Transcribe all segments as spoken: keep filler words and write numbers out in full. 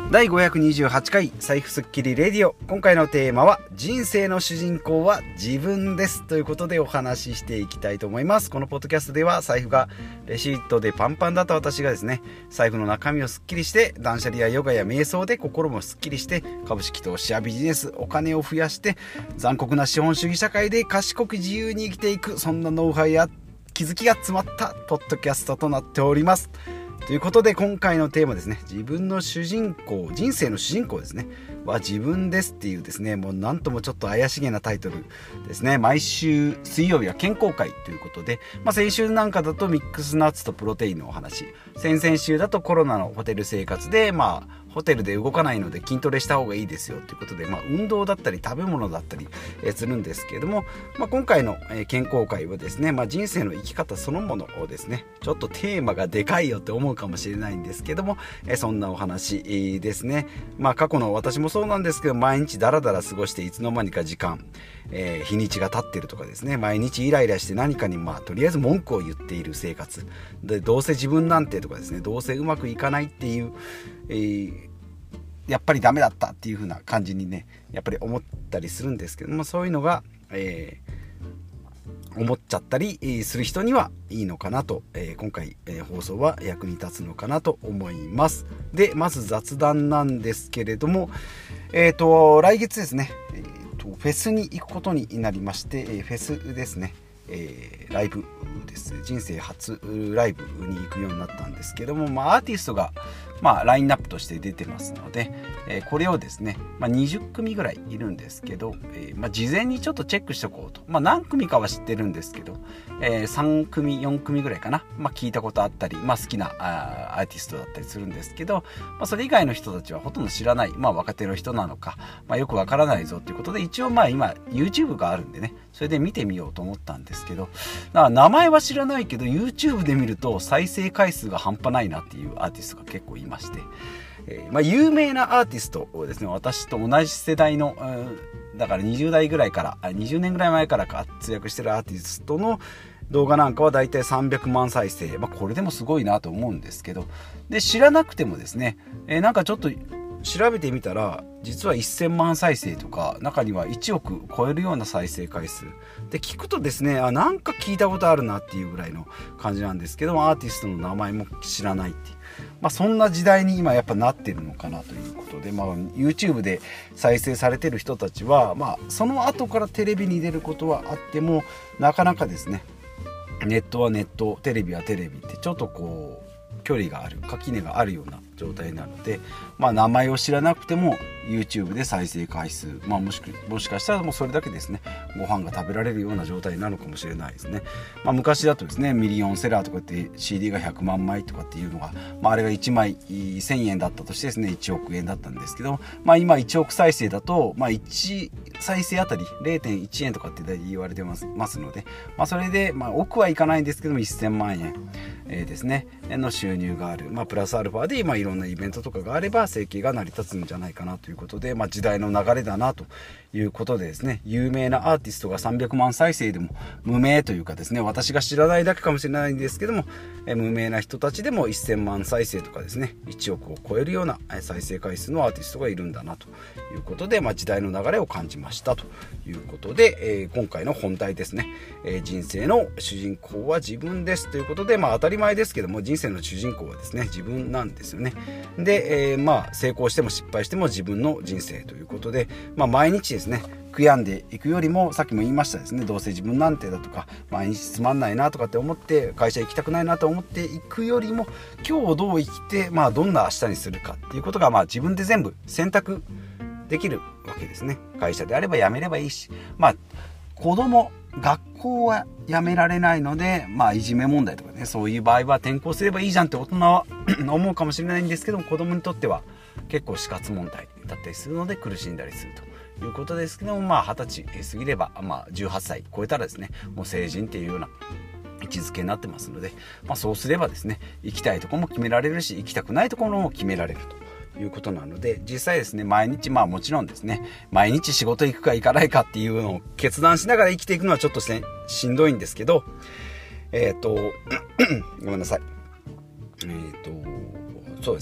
だいごひゃくにじゅうはちかい財布スッキリレディオ。今回のテーマは人生の主人公は自分ですということでお話ししていきたいと思います。このポッドキャストでは財布がレシートでパンパンだった私がですね、財布の中身をスッキリして断捨離やヨガや瞑想で心もスッキリして株式投資やビジネスお金を増やして残酷な資本主義社会で賢く自由に生きていく、そんなノウハウや気づきが詰まったポッドキャストとなっております。ということで今回のテーマですね、自分の主人公、人生の主人公ですねは自分ですっていうですね、もうなんともちょっと怪しげなタイトルですね。毎週水曜日は健康会ということで、まあ、先週なんかだとミックスナッツとプロテインのお話、先々週だとコロナのホテル生活でまあホテルで動かないので筋トレした方がいいですよということで、まあ、運動だったり食べ物だったりするんですけれども、まあ、今回の健康会はですね、まあ、人生の生き方そのものをですね、ちょっとテーマがでかいよって思うかもしれないんですけども、そんなお話ですね。まあ、過去の私もそうなんですけど、毎日ダラダラ過ごしていつの間にか時間、えー、日にちが経ってるとかですね、毎日イライラして何かにまあとりあえず文句を言っている生活で、どうせ自分なんてとかですね、どうせうまくいかないっていう、えー、やっぱりダメだったっていう風な感じにね、やっぱり思ったりするんですけども、そういうのが、えー、思っちゃったりする人にはいいのかなと、えー、今回、えー、放送は役に立つのかなと思います。で、まず雑談なんですけれども、えーと来月ですね、えーとフェスに行くことになりまして、えー、フェスですね、えー、ライブです。人生初ライブに行くようになったんですけども、まあ、アーティストが、まあ、ラインナップとして出てますので、えー、これをですね、まあ、にじゅっくみぐらいいるんですけど、えーまあ、事前にちょっとチェックしておこうと、まあ、何組かは知ってるんですけど、えー、さんくみよんくみぐらいかな、まあ、聞いたことあったり、まあ、好きなあーアーティストだったりするんですけど、まあ、それ以外の人たちはほとんど知らない、まあ、若手の人なのか、まあ、よくわからないぞということで、一応まあ今 YouTube があるんでね、それで見てみようと思ったんですけど、だから名前は知らないけど YouTube で見ると再生回数が半端ないなっていうアーティストが結構いまして、えーまあ、有名なアーティストをですね、私と同じ世代の、うん、だからにじゅうだいぐらいからにじゅうねんぐらい前から活躍してるアーティストの動画なんかはだいたいさんびゃくまん再生、まあ、これでもすごいなと思うんですけど、で知らなくてもですね、えー、なんかちょっと調べてみたら実はせんまん再生とか、中にはいちおく超えるような再生回数で、聞くとですね、あ、なんか聞いたことあるなっていうぐらいの感じなんですけども、アーティストの名前も知らないっていう、まあ、そんな時代に今やっぱなってるのかなということで、まあ、YouTube で再生されてる人たちは、まあ、その後からテレビに出ることはあっても、なかなかですね、ネットはネット、テレビはテレビってちょっとこう距離がある、垣根があるような状態なので、まあ、名前を知らなくても YouTube で再生回数、まあ、もしくもしかしたらもうそれだけですね、ご飯が食べられるような状態なのかもしれないですね。まあ、昔だとですね、ミリオンセラーとかって シーディー がひゃくまんまいとかっていうのが、まあ、あれがいちまいせんえんだったとしてですね、いちおくえんだったんですけど、まあ、今いちおく再生だと、まあ、いち再生あたり れいてんいちえんとかって言われてますますので、まあ、それで、まあ、億はいかないんですけどもせんまんえん、えー、ですねの収入がある、まあ、プラスアルファで、まあ、いろんなイベントとかがあれば生計が成り立つんじゃないかなということで、まあ、時代の流れだなということでですね、有名なアーティストがさんびゃくまん再生でも無名というかですね、私が知らないだけかもしれないんですけども、え無名な人たちでもせんまん再生とかですね、いちおくを超えるような再生回数のアーティストがいるんだなということで、まあ、時代の流れを感じましたということで、えー、今回の本題ですね、えー、人生の主人公は自分ですということで、まあ、当たり前ですけども、人生の主人公はですね、自分なんですよね。で、えー、まあ成功しても失敗しても自分の人生ということで、まあ、毎日ですね悔やんでいくよりも、さっきも言いましたですね、どうせ自分なんてだとか、毎日つまんないなとかって思って会社行きたくないなと思っていくよりも、今日どう生きて、まあ、どんな明日にするかっていうことが、まあ、自分で全部選択できるわけですね。会社であれば辞めればいいし、まあ子供学校は辞められないので、まあ、いじめ問題とかね、そういう場合は転校すればいいじゃんって大人は思うかもしれないんですけども、子供にとっては結構死活問題だったりするので苦しんだりするということですけども、まあはたち過ぎれば、まあ、じゅうはっさい超えたらですね、もう成人っていうような位置づけになってますので、まあ、そうすればですね、行きたいところも決められるし、行きたくないところも決められるということなので、実際ですね、毎日、まあもちろんですね、毎日仕事行くか行かないかっていうのを決断しながら生きていくのはちょっとしんどいんですけど、えっとごめんなさい、えっとそうですね、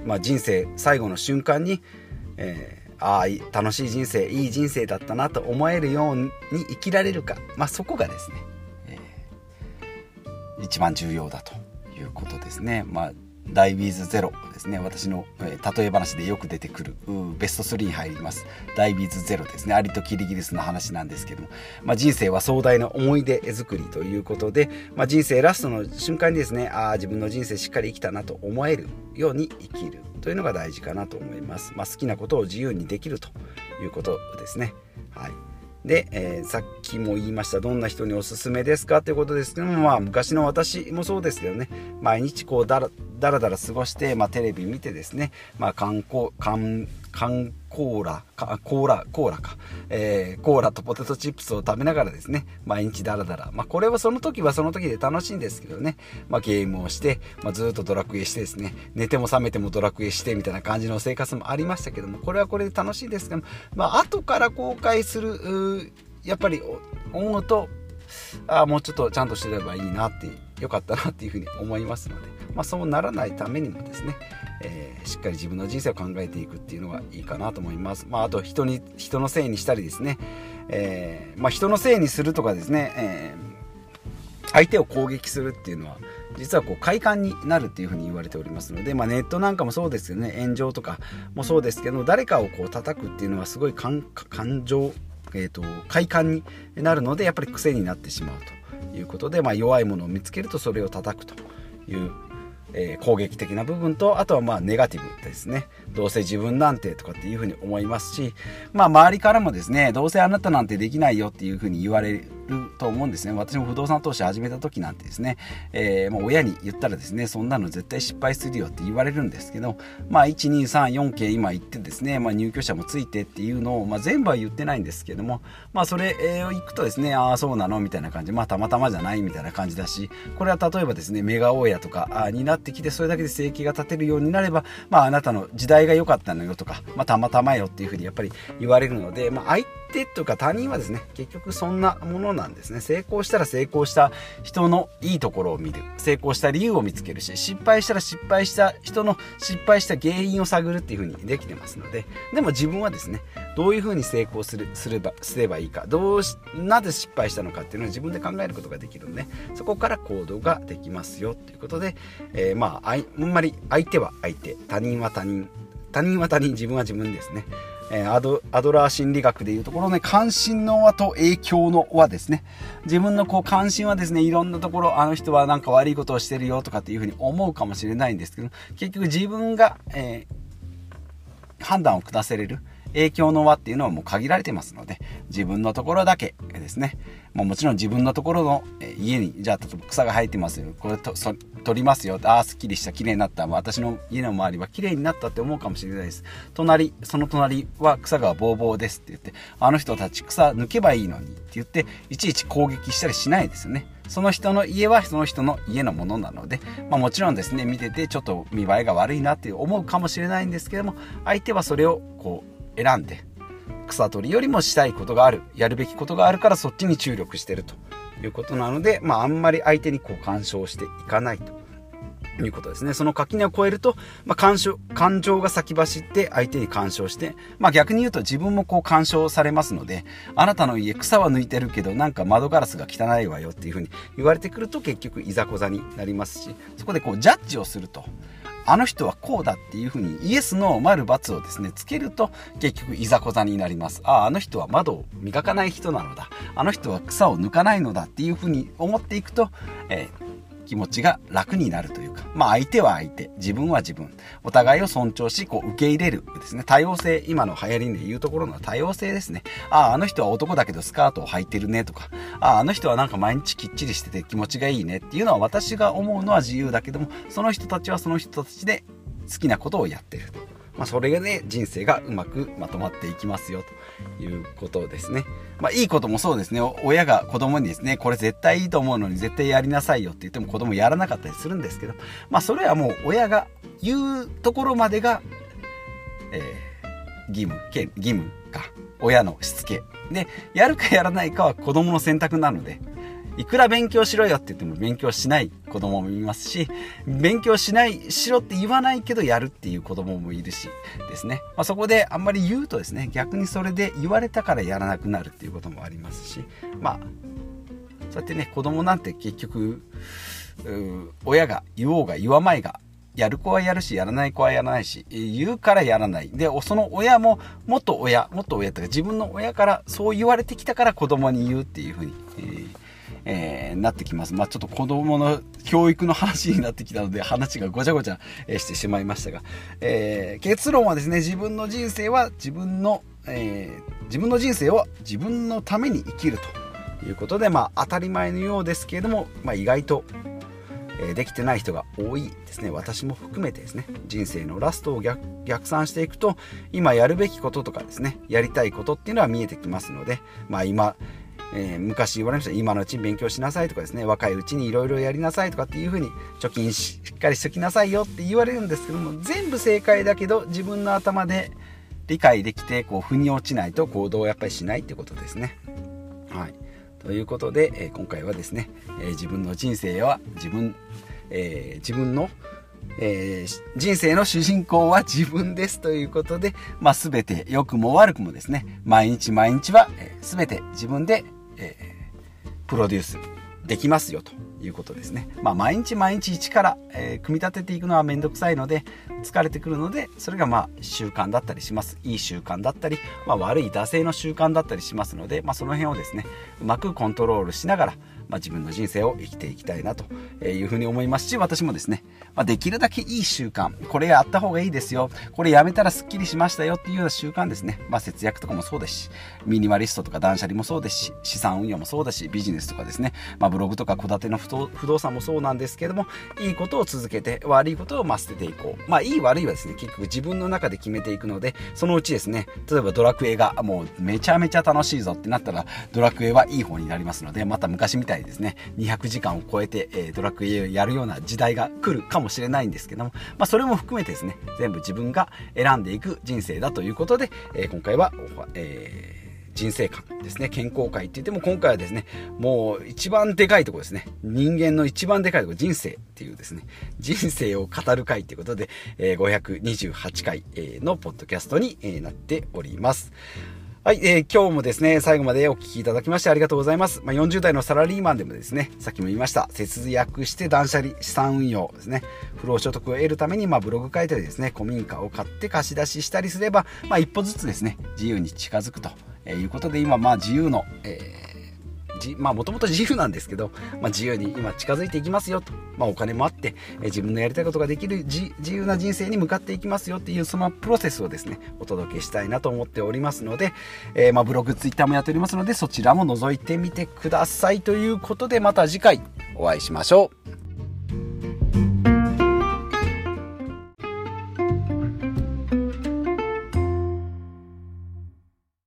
まあ、人生最後の瞬間に、えーああ楽しい人生いい人生だったなと思えるように生きられるか、まあ、そこがですね、えー、一番重要だということですね。まあダイビーズゼロですね。私の、えー、例え話でよく出てくるベストスリーに入りますダイビーズゼロですね。アリとキリギリスの話なんですけども、まあ、人生は壮大な思い出作りということで、まあ、人生ラストの瞬間にですね、ああ自分の人生しっかり生きたなと思えるように生きるというのが大事かなと思います。まあ、好きなことを自由にできるということですね。はい。で、えー、さっきも言いましたどんな人におすすめですかということですけども、まあ、昔の私もそうですけどね、毎日こうだらだらだら過ごして、まあ、テレビ見てですね、まあ、観光観観コーラかコーラコーラか、えー、コーラとポテトチップスを食べながらですね毎日だらだら、まあ、これはその時はその時で楽しいんですけどね、まあ、ゲームをして、まあ、ずっとドラクエしてですね寝ても覚めてもドラクエしてみたいな感じの生活もありましたけども、これはこれで楽しいですけども、まあ後から後悔するやっぱり思うとあもうちょっとちゃんとしてればいいなってよかったなっていうふうに思いますので、まあ、そうならないためにもですね、えー、しっかり自分の人生を考えていくっていうのがいいかなと思います。まあ、あと人に人のせいにしたりですね、えーまあ、人のせいにするとかですね、えー、相手を攻撃するっていうのは実はこう快感になるっていうふうに言われておりますので、まあ、ネットなんかもそうですけどね、炎上とかもそうですけど、誰かをこう叩くっていうのはすごい感情えーと、快感になるのでやっぱり癖になってしまうということで、まあ、弱いものを見つけるとそれを叩くという、えー、攻撃的な部分と、あとはまあネガティブですね。どうせ自分なんてとかっていうふうに思いますし、まあ周りからもですね、どうせあなたなんてできないよっていうふうに言われると思うんですね。私も不動産投資始めた時なんてですね、えー、もう親に言ったらですね、そんなの絶対失敗するよって言われるんですけど、まあいち、に、さん、よんけい今言ってですね、まあ入居者もついてっていうのを、まあ全部は言ってないんですけども、まあそれを行くとですね、ああそうなのみたいな感じ、まあたまたまじゃないみたいな感じだし、これは例えばですね、メガ大家とかになってきて、それだけで生計が立てるようになれば、まああなたの時代が良かったのよとか、まあたまたまよっていうふうにやっぱり言われるので、まあ相手とか他人はですね、結局そんなものなんですね。成功したら成功した人のいいところを見る、成功した理由を見つけるし、失敗したら失敗した人の失敗した原因を探るっていう風にできてますので、でも自分はですね、どういう風に成功するすればすればいいか、どうしなぜ失敗したのかっていうのを自分で考えることができるので、そこから行動ができますよということで、えー、まああんまり相手は相手、他人は他人、他人は他人、自分は自分ですね。アド、アドラー心理学でいうところね、関心の輪と影響の輪ですね。自分のこう関心はですね、いろんなところ、あの人はなんか悪いことをしてるよとかっていうふうに思うかもしれないんですけど、結局自分が、えー、判断を下せれる影響の輪っていうのはもう限られてますので、自分のところだけですね、もうもちろん自分のところの家に、じゃあ例えば草が生えてますよ、これとそ取りますよ、ああすっきりした、綺麗になった、私の家の周りは綺麗になったって思うかもしれないです。隣、その隣は草がボーボーですって言って、あの人たち草抜けばいいのにって言っていちいち攻撃したりしないですよね。その人の家はその人の家のものなので、まあ、もちろんですね、見ててちょっと見栄えが悪いなって思うかもしれないんですけども、相手はそれをこう選んで、草取りよりもしたいことがある、やるべきことがあるからそっちに注力してるということなので、まあ、あんまり相手にこう干渉していかないということですね。その垣根を越えると、まあ、干渉感情が先走って相手に干渉して、まあ、逆に言うと自分もこう干渉されますので、あなたの家草は抜いてるけどなんか窓ガラスが汚いわよっていうふうに言われてくると、結局いざこざになりますし、そこでこうジャッジをすると、あの人はこうだっていうふうにイエスの丸×をですねつけると、結局いざこざになります。ああ、あの人は窓を磨かない人なのだ、あの人は草を抜かないのだっていうふうに思っていくと、えー気持ちが楽になるというか、まあ相手は相手、自分は自分、お互いを尊重し、こう受け入れるですね。多様性、今の流行りで言うところの多様性ですね。ああ、あの人は男だけどスカートを履いてるねとか、ああ、あの人はなんか毎日きっちりしてて気持ちがいいねっていうのは、私が思うのは自由だけども、その人たちはその人たちで好きなことをやってる。まあ、それで、ね、人生がうまくまとまっていきますよということですね。まあ、いいこともそうですね。親が子供にですね、これ絶対いいと思うのに絶対やりなさいよって言っても子供やらなかったりするんですけど、まあ、それはもう親が言うところまでが、えー、義務、義務か、親のしつけで、やるかやらないかは子供の選択なので、 いくら勉強しろよって言っても勉強しない子供もいますし、勉強しないしろって言わないけどやるっていう子供もいるしですね、まあ、そこであんまり言うとですね、逆にそれで言われたからやらなくなるっていうこともありますし、まあそうやってね、子供なんて結局親が言おうが言わまいが、やる子はやるし、やらない子はやらないし、言うからやらない。で、その親も、もっと親、もっと親とか、自分の親からそう言われてきたから子供に言うっていう風に、えーえー、なってきます。まあちょっと子供の教育の話になってきたので、話がごちゃごちゃしてしまいましたが、えー、結論はですね、自分の人生は自分の、えー、自分の人生を自分のために生きるということで、まあ当たり前のようですけれども、まあ意外とできてない人が多いですね。私も含めてですね、人生のラストを 逆, 逆算していくと、今やるべきこととかですね、やりたいことっていうのは見えてきますので、まあ今、えー、昔言われました、今のうちに勉強しなさいとかですね、若いうちにいろいろやりなさいとかっていうふうに、貯金しっかりしときなさいよって言われるんですけども、全部正解だけど自分の頭で理解できて、こう腑に落ちないと行動をやっぱりしないってことですね。はい。ということで、えー、今回はですね、えー、自分の人生は自分、えー、自分の、えー、人生の主人公は自分ですということで、まあ、全て良くも悪くもですね、毎日毎日は、えー、全て自分で、えー、プロデュースできますよということですね。まあ、毎日毎日一から、えー、組み立てていくのはめんどくさいので、疲れてくるので、それがまあ習慣だったりします。いい習慣だったり、まあ、悪い惰性の習慣だったりしますので、まあ、その辺をですね、うまくコントロールしながら、まあ、自分の人生を生きていきたいなというふうに思いますし、私もですね、まあ、できるだけいい習慣、これやった方がいいですよ、これやめたらスッキリしましたよっていうような習慣ですね。まあ、節約とかもそうですし、ミニマリストとか断捨離もそうですし、資産運用もそうだし、ビジネスとかですね、まあ、ブログとか戸建ての不動産もそうなんですけども、いいことを続けて、悪いことをまあ捨てていこう。まあ、いい悪いはですね、結局自分の中で決めていくので、そのうちですね、例えばドラクエがもうめちゃめちゃ楽しいぞってなったら、ドラクエはいい方になりますので、また昔みたいにですね、にひゃくじかんを超えて、えー、ドラクエをやるような時代が来るかもしれないんですけども、まあ、それも含めてですね、全部自分が選んでいく人生だということで、えー、今回は、えー人生観ですね、健康観って言っても、今回はですね、もう一番でかいところですね、人間の一番でかいところ、人生っていうですね、人生を語る回ということで、えー、ごひゃくにじゅうはちかいのポッドキャストになっております。はい、えー、今日もですね、最後までお聞きいただきましてありがとうございます。まあ、よんじゅう代のサラリーマンでもですね、さっきも言いました、節約して断捨離、資産運用ですね、不労所得を得るために、まあ、ブログ書いたりですね、古民家を買って貸し出ししたりすれば、まあ、一歩ずつですね、自由に近づくということで、今、まあ、自由の、えーまあもともと自由なんですけど、まあ、自由に今近づいていきますよと、まあ、お金もあって、え自分のやりたいことができる自由な人生に向かっていきますよっていう、そのプロセスをですねお届けしたいなと思っておりますので、えー、まあブログツイッターもやっておりますので、そちらも覗いてみてくださいということで、また次回お会いしましょう。